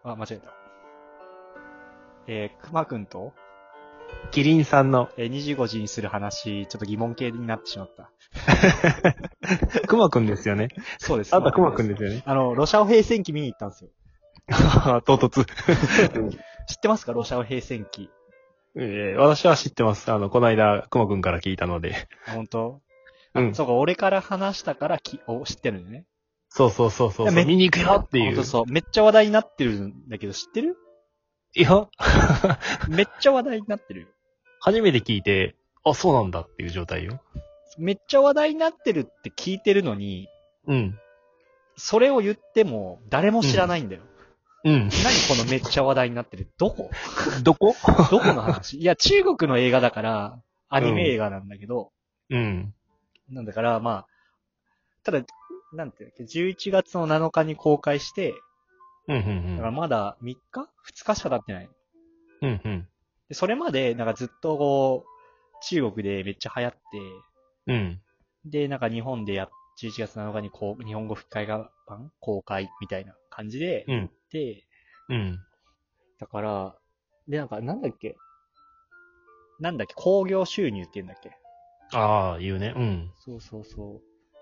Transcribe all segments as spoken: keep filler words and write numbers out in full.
あ、間違えた。えー、熊くんと、 キリンさんの、 えー、にじごじにする話、ちょっと疑問形になってしまった。 くまくんですよね。 そうです。 あんたくまくんですよね。 あの、ロシアオ平戦記見に行ったんですよ。 唐突。 知ってますかロシアオ平戦記。 えー、私は知ってます。あの、この間、くまくんから聞いたので。 あ、本当？あ、 うん。 そうか、俺から話したからきお知ってるんだよね。 そうそうそうそうそう。 め見に行くよっていう。 ほんとそう。めっちゃ話題になってるんだけど、知ってる？ いや、 めっちゃ話題になってるよ。 初めて聞いて、あ、そうなんだっていう状態よ。 めっちゃ話題になってるって聞いてるのに、 うん。 それを言っても誰も知らないんだよ。 うん。 何このめっちゃ話題になってる？どこどこどこの話？いや、中国の映画だから、アニメ映画なんだけど、 うん。 なんだから、まあ、ただ、なんていうの、じゅういちがつのなのかに公開して、 うん、うん、 だからまだみっか ?ふつ 日しか経ってない。 うん。うん、 で、それまで、なんかずっとこう、中国でめっちゃ流行って、 うん。 で、なんか日本でや、じゅういちがつなのかにこう、日本語吹き替えが版公開みたいな感じで、 うん。 で、 うん。 だから、で、なんか、なんだっけなんだっけ興行収入って言うんだっけああ、言うね。うん。 そうそうそう。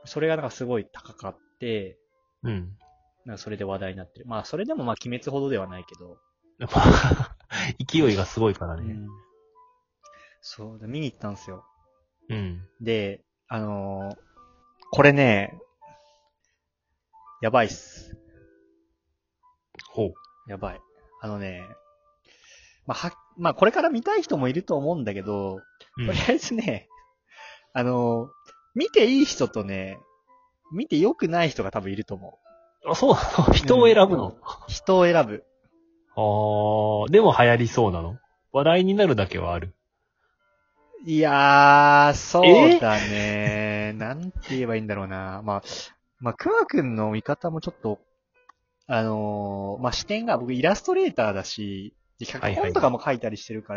それがなんかすごい高かって、 うん。 なんかそれで話題になってる。まあ、それでもまあ、鬼滅ほどではないけど。 やっぱ、勢いがすごいからね。 うん。そう、見に行ったんですよ。 うん。 で、あのー、これね、やばいっす。 ほう。 やばい。あのね、まあ、は、まあ、これから見たい人もいると思うんだけど、 うんとりあえずね、あのー、見ていい人とね、見て良くない人が多分いると思あ、そうなの人を選ぶの、 う。人を選ぶ。 ああ、でも流行りそうなの話題になるだけはある。 いやー、そうだね。なんて言えばいいんだろうな。まあ、まあ、くまくんの見方もちょっと、あのー、まあ、視点が僕イラストレーターだし、で脚本とかも書いたりしてるから、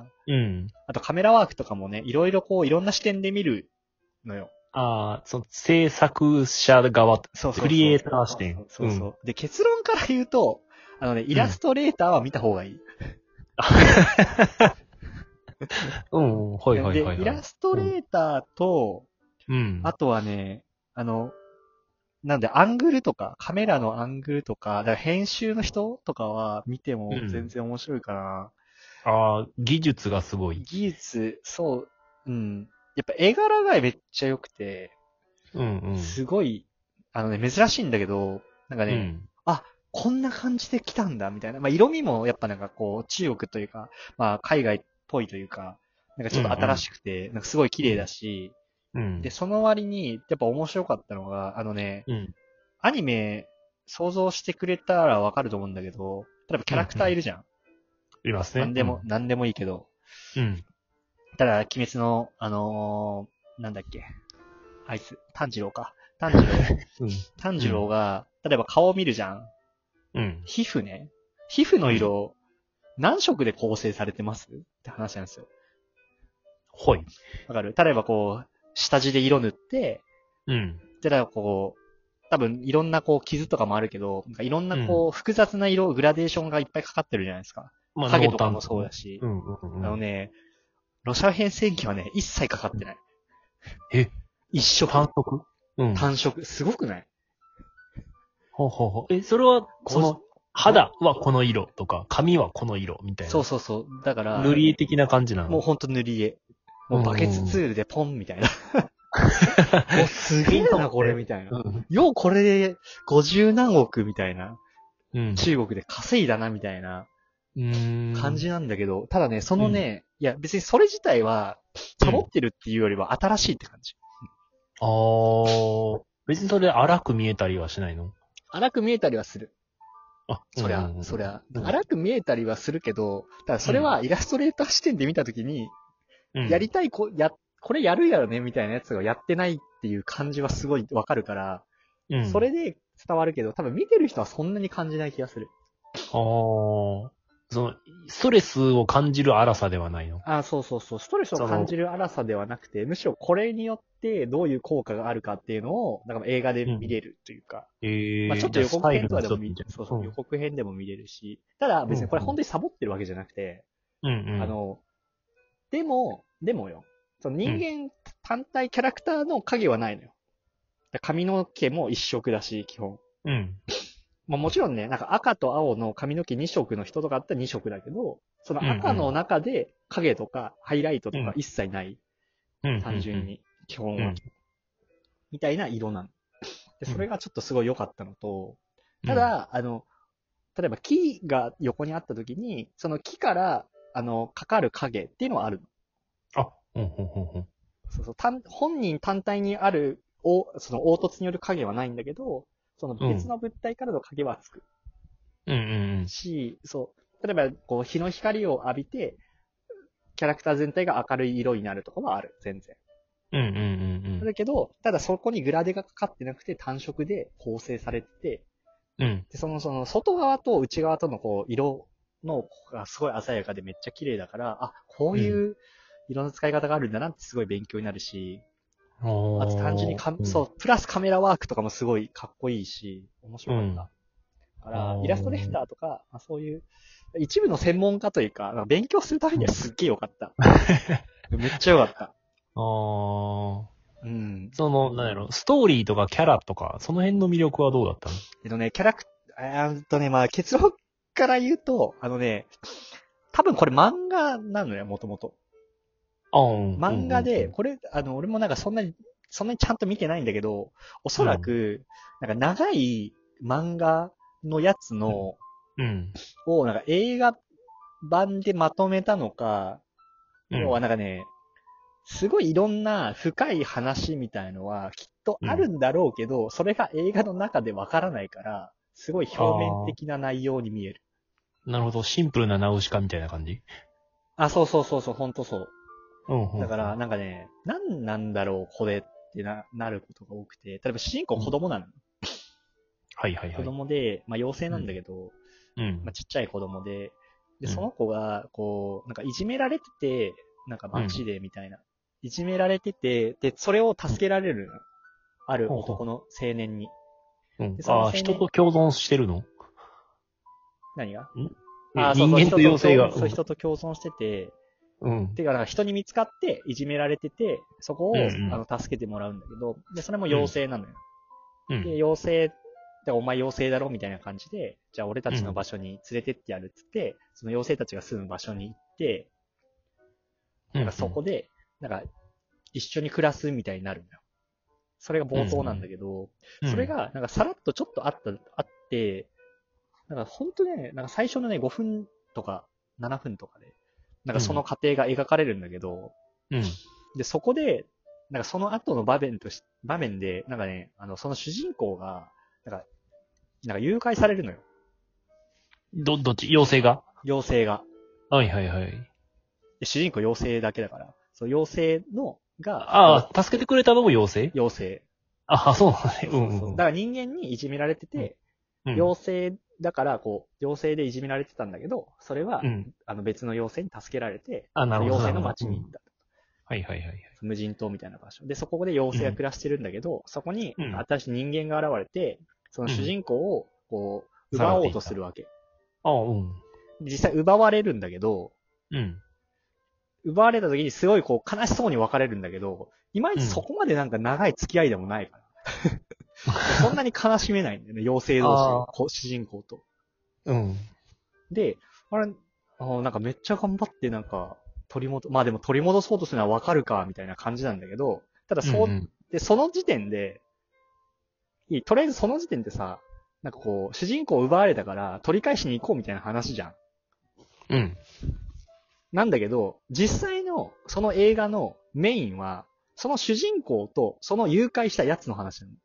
うん。 あとカメラワークとかもね、いろいろこう、いろんな視点で見るのよ。 ああ、その制作者側、 そうそうそう。 クリエイター視点。 そうそう。で、結論から言うと、あのね、イラストレーターは見た方がいい。 うん、はいはいはい、はい。 で、イラストレーターと、 うん。 あとはね、あの、なんで、アングルとか、カメラのアングルとか、だから編集の人とかは見ても全然面白いかな。 ああ、技術がすごい。 技術、そう、うん。やっぱ絵柄がめっちゃ良くて、 うんうん。 すごい、あのね、珍しいんだけど、なんかね、 うん。 あ、こんな感じで来たんだ、みたいな。まあ、色味もやっぱなんかこう、中国というか、まあ、海外っぽいというか、なんかちょっと新しくて、なんかすごい綺麗だし、 うん。 で、その割に、やっぱ面白かったのが、あのね、 うん。 アニメ想像してくれたらわかると思うんだけど、例えばキャラクターいるじゃん。 いますね。 なんでも、なんでもいいけど。 うん。 ただ、鬼滅の、あのー、なんだっけ。あいつ、炭治郎か。炭治郎。 うん。 炭治郎が、例えば顔を見るじゃん。 うん。 皮膚ね。皮膚の色、何色で構成されてますって話なんですよ。 ほい。 わかる？例えばこう、下地で色塗って、 うん。 で、だからこう、多分いろんなこう傷とかもあるけど、なんかいろんなこう複雑な色、グラデーションがいっぱいかかってるじゃないですか。 まあ、 影とかもそうだし。 うんうんうん。 あのね、ロシア編戦記はね、一切かかってない。 え一色。 単色うん。 単色。すごくない？ ほうほうほう。え、それは、その、肌はこの色とか、髪はこの色みたいな。 そうそうそう。だから、 塗り絵的な感じなのもうほんと塗り絵。もうバケツツールでポンみたいな。もうすげえな、これみたいな。 うん。 ようこれで五十何億みたいな。 うん。 中国で稼いだなみたいな感じなんだけど、ただね、そのね、いや別にそれ自体は、サボってるっていうよりは新しいって感じ。 あー。別にそれ荒く見えたりはしないの？ 荒く見えたりはする。 あ、 そりゃ、 うんうんうんそりゃ、 うん荒く見えたりはするけど、ただそれはイラストレーター視点で見たときに、 うんやりたいこ、や、これやるやろねみたいなやつがやってないっていう感じはすごいわかるから、 うん。 それで伝わるけど、多分見てる人はそんなに感じない気がする。 あー。 その、ストレスを感じる荒さではないの。 あ、そうそうそう。ストレスを感じる荒さではなくて、むしろこれによってどういう効果があるかっていうのを、なんか映画で見れるというか。 うん、ええー。 まあちょっと予告編とかでも見、 る。 そうそう、予告編でも見れるし。ただ別にこれ本当にサボってるわけじゃなくて、 うんうん。 あの、でも、でもよ。その人間単体キャラクターの影はないのよ。髪の毛も一色だし、基本。 うん。 まあもちろんね、なんか赤と青の髪の毛に色の人とかあったらに色だけど、その赤の中で影とかハイライトとか一切ない。 うん、 単純に、基本は、 うん。 みたいな色なの。で、それがちょっとすごい良かったのと、 うん、 ただ、あの、例えば木が横にあった時に、その木から、あの、かかる影っていうのはあるの。あ、うん、うん、うん。 そうそう、単本人単体にある、おその凹凸による影はないんだけど、その別の物体からの影はつく。 うん、うん、 し、そう、例えば、こう、日の光を浴びて、キャラクター全体が明るい色になるところはある、全然。 うん、うん、うん、うん。 だけど、ただそこにグラデがかかってなくて単色で構成されてて、 うん。 で、その、その、外側と内側とのこう、色のがすごい鮮やかでめっちゃ綺麗だから、あ、こういう色の使い方があるんだなってすごい勉強になるし、 うん、 あと単純にか、 うん、 そう、プラスカメラワークとかもすごいかっこいいし、面白かった。 うんだから、イラストレーターとか、まあ、そういう、一部の専門家というか、勉強するためにはすっげえ良かった。めっちゃ良かった。 ああ。 うん。 その、なんやろ、ストーリーとかキャラとか、その辺の魅力はどうだったの？ えっとね、キャラク、えーっとね、まあ結論から言うと、あのね、多分これ漫画なのよ、もともと。 ああ、うん。 漫画で、 うん、 これ、あの、俺もなんかそんなに、そんなにちゃんと見てないんだけど、おそらく、なんか長い漫画のやつの、 うん。 をなんか映画版でまとめたのか、 うん。 要はなんかね、すごいいろんな深い話みたいのはきっとあるんだろうけど、うん、それが映画の中でわからないから、すごい表面的な内容に見える。 なるほど。シンプルなナウシカみたいな感じ？ あ、そうそうそうそう、ほんとそう。 うんうん、 だから、なんかね、なんなんだろう、これってな、なることが多くて、例えば主人公子供なの。うん、 はいはいはい。 子供で、まあ妖精なんだけど、 うん。 まあちっちゃい子供で、で、その子が、こう、なんかいじめられてて、なんか街でみたいな。うん、いじめられてて、で、それを助けられるの。ある男の青年に。 うん。ああ、人と共存してるの？ 何が？ んあ人間と妖精が。 そう、人と共存してて、 うん。 てか、なんか人に見つかっていじめられてて、そこを、うんうん、あの助けてもらうんだけど、で、それも妖精なのよ。うん、で、妖精、でお前妖精だろみたいな感じで、じゃあ俺たちの場所に連れてってやるっつって、うん、その妖精たちが住む場所に行って、なんかそこで、なんか一緒に暮らすみたいになるのよ。それが冒頭なんだけど、うん、それがなんかさらっとちょっとあった、あって、なんかほんとね、なんか最初のね、ごふんとかななふんとかで、なんかその過程が描かれるんだけど、うん、で、そこで、なんかその後の場面とし、場面で、なんかね、あの、その主人公が、なんか、なんか誘拐されるのよ。 ど、どっち？妖精が？ 妖精が。 はいはいはい。 で主人公妖精だけだから、そう、妖精の、が、 ああ、助けてくれたのも妖精？ 妖精。 ああ、そうなんね。うん、うん。 だから人間にいじめられてて、うん、妖精だから、こう、妖精でいじめられてたんだけど、それは、うん、あの別の妖精に助けられて、 あ、なるほど。 妖精の町に行った。 はいはいはい。 無人島みたいな場所。で、そこで妖精が暮らしてるんだけど、うん、そこに新しい人間が現れて、その主人公を、こう、奪おうとするわけ。 ああ、うん。 実際奪われるんだけど、 うん。 奪われた時にすごいこう悲しそうに別れるんだけど、いまいちそこまでなんか長い付き合いでもないから。うん、そんなに悲しめないんだよね、妖精同士、主人公と。 うん。 で、あれ、あなんかめっちゃ頑張ってなんか、取り戻、まあでも取り戻そうとするのはわかるか、みたいな感じなんだけど、ただそう、うんうん、で、その時点で、いい、とりあえずその時点でさ、なんかこう、主人公を奪われたから取り返しに行こうみたいな話じゃん。 うん。 なんだけど、実際のその映画のメインは、その主人公とその誘拐したやつの話なの。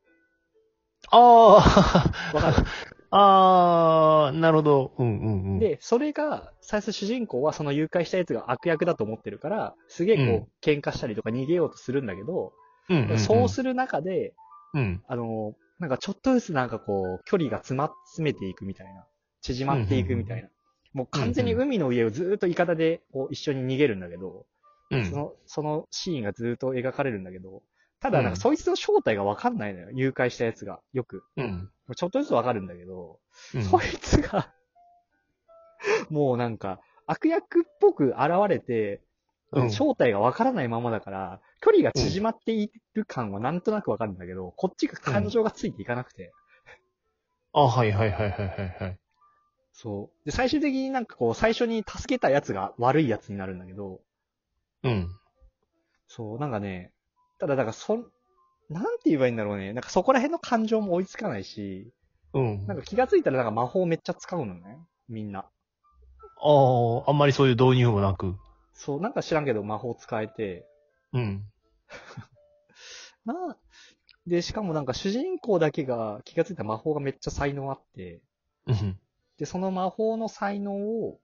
ああ、わかる。ああ、なるほど。うんうんうん。 で、それが、最初主人公はその誘拐したやつが悪役だと思ってるから、すげえこう、うん、喧嘩したりとか逃げようとするんだけど、うんうんうん、そうする中で、うん、あの、なんかちょっとずつなんかこう、距離が詰ま、詰めていくみたいな。縮まっていくみたいな。うんうんうん、 もう完全に海の上をずーっとイカダでこう一緒に逃げるんだけど、 うん。 その、そのシーンがずーっと描かれるんだけど、ただなんうんかそいつの正体がわかんないのよ。誘拐したやつが。よく。 うん。 ちょっとずつわかるんだけど、 うん。 そいつが、もうなんか、悪役っぽく現れて、 うん正体がわからないままだから、距離が縮まっている感はなんとなくわかるんだけど、こっちが感情がついていかなくて。 あ、はいはいはいはいはいはい。 そう。で、最終的になんかこう、最初に助けたやつが悪いやつになるんだけど、 うん。 そう、なんかね、ただ、だからそ、なんて言えばいいんだろうね。なんかそこら辺の感情も追いつかないし、 うん。 なんか気がついたらなんか魔法めっちゃ使うのね。みんな。 ああ、あんまりそういう導入もなく。 そう、なんか知らんけど魔法使えて、 うん。 なで、しかもなんか主人公だけが気がついた魔法がめっちゃ才能あって、 うん。 で、その魔法の才能を、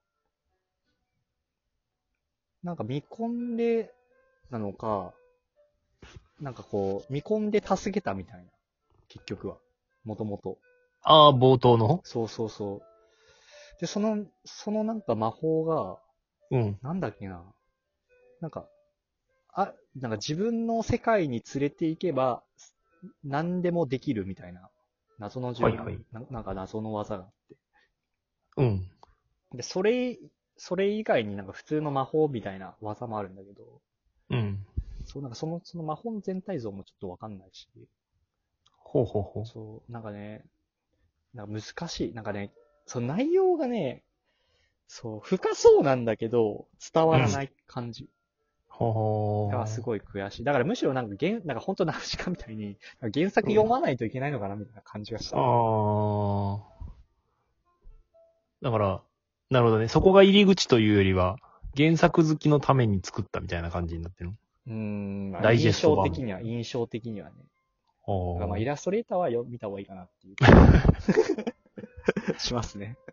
なんか見込んで、なのか、なんかこう、見込んで助けたみたいな。結局は。もともと。 ああ、冒頭のそうそうそう。で、その、そのなんか魔法が、 うん。 なんだっけな。なんか、あ、なんか自分の世界に連れて行けば、何でもできるみたいな。謎の呪文、 はいはいななんか謎の技があって。 うん。 で、それ、それ以外になんか普通の魔法みたいな技もあるんだけど、 うん。 そう、なんかその、その魔法の全体像もちょっとわかんないし、 ほうほうほう。 そう、なんかね、なんか難しい。なんかね、その内容がね、そう、深そうなんだけど、伝わらない感じ。 ほだからすう。 ごい悔しい。だからむしろなんか原、なんか本当ナウシカみたいに、原作読まないといけないのかなみたいな感じがした。 ああ。だから、なるほどね。そこが入り口というよりは、原作好きのために作ったみたいな感じになってるの。 うーん、まあダイジェ印スト版象的には、印象的にはね。だほう。 からまあイラストレーターはよ見た方がいいかなっていう。しますね。